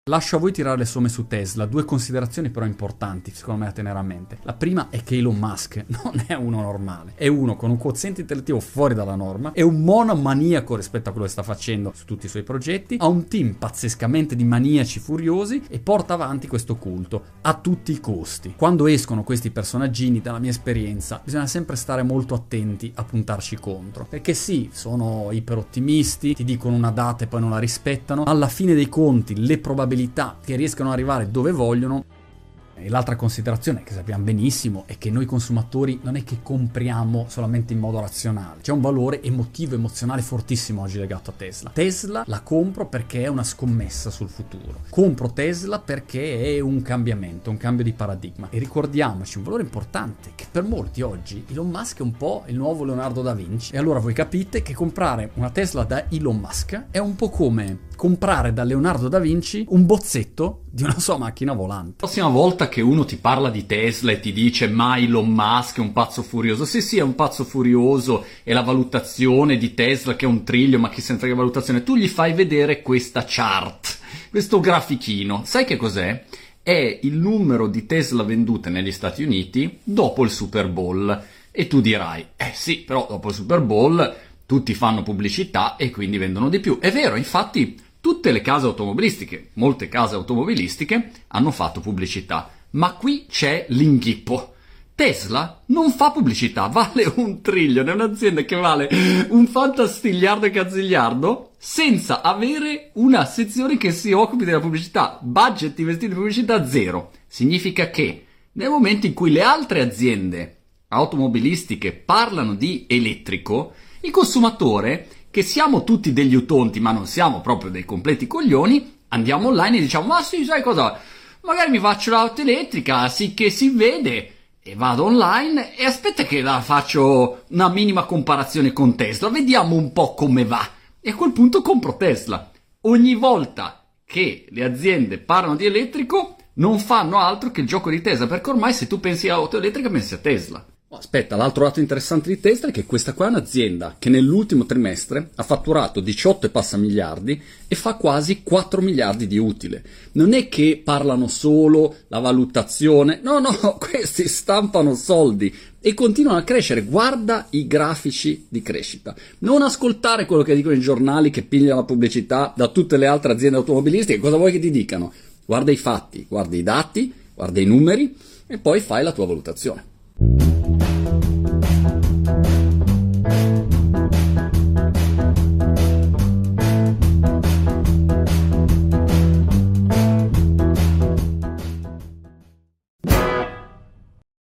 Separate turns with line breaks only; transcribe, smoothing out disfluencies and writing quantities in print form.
Lascio a voi tirare le somme su Tesla, 2 considerazioni però importanti secondo me a tenere a mente. La prima è che Elon Musk non è uno normale, è uno con un quoziente intellettivo fuori dalla norma, è un monomaniaco rispetto a quello che sta facendo su tutti i suoi progetti, ha un team pazzescamente di maniaci furiosi e porta avanti questo culto a tutti i costi. Quando escono questi personaggini, dalla mia esperienza, bisogna sempre stare molto attenti a puntarci contro, perché sì, sono iperottimisti, ti dicono una data e poi non la rispettano, alla fine dei conti le probabilità che riescano ad arrivare dove vogliono. E l'altra considerazione che sappiamo benissimo è che noi consumatori non è che compriamo solamente in modo razionale, c'è un valore emotivo, emozionale fortissimo oggi legato a Tesla. Tesla la compro perché è una scommessa sul futuro, compro Tesla perché è un cambiamento, un cambio di paradigma. E ricordiamoci un valore importante, che per molti oggi Elon Musk è un po' il nuovo Leonardo da Vinci, e allora voi capite che comprare una Tesla da Elon Musk è un po' come comprare da Leonardo da Vinci un bozzetto di una sua macchina volante.
La prossima volta che uno ti parla di Tesla e ti dice ma Elon Musk è un pazzo furioso, sì è un pazzo furioso, e la valutazione di Tesla che è 1 trilione, ma chi se ne frega valutazione, tu gli fai vedere questa chart, questo grafichino, sai che cos'è? È il numero di Tesla vendute negli Stati Uniti dopo il Super Bowl, e tu dirai sì, però dopo il Super Bowl tutti fanno pubblicità e quindi vendono di più. È vero, infatti tutte le case automobilistiche, molte case automobilistiche hanno fatto pubblicità, ma qui c'è l'inghippo. Tesla non fa pubblicità, vale 1 trilione, è un'azienda che vale un fantastigliardo e cazzigliardo senza avere una sezione che si occupi della pubblicità. Budget investito in pubblicità 0. Significa che nel momento in cui le altre aziende automobilistiche parlano di elettrico, il consumatore, che siamo tutti degli utonti ma non siamo proprio dei completi coglioni, andiamo online e diciamo ma sì, sai cosa, magari mi faccio l'auto elettrica, sì che si vede, e vado online e aspetta che la faccio una minima comparazione con Tesla, vediamo un po' come va, e a quel punto compro Tesla. Ogni volta che le aziende parlano di elettrico non fanno altro che il gioco di Tesla, perché ormai se tu pensi a auto elettrica pensi a Tesla.
Aspetta, l'altro lato interessante di Tesla è che questa qua è un'azienda che nell'ultimo trimestre ha fatturato 18 e passa miliardi e fa quasi 4 miliardi di utile. Non è che parlano solo la valutazione, no, questi stampano soldi e continuano a crescere. Guarda i grafici di crescita. Non ascoltare quello che dicono i giornali che pigliano la pubblicità da tutte le altre aziende automobilistiche. Cosa vuoi che ti dicano? Guarda i fatti, guarda i dati, guarda i numeri e poi fai la tua valutazione.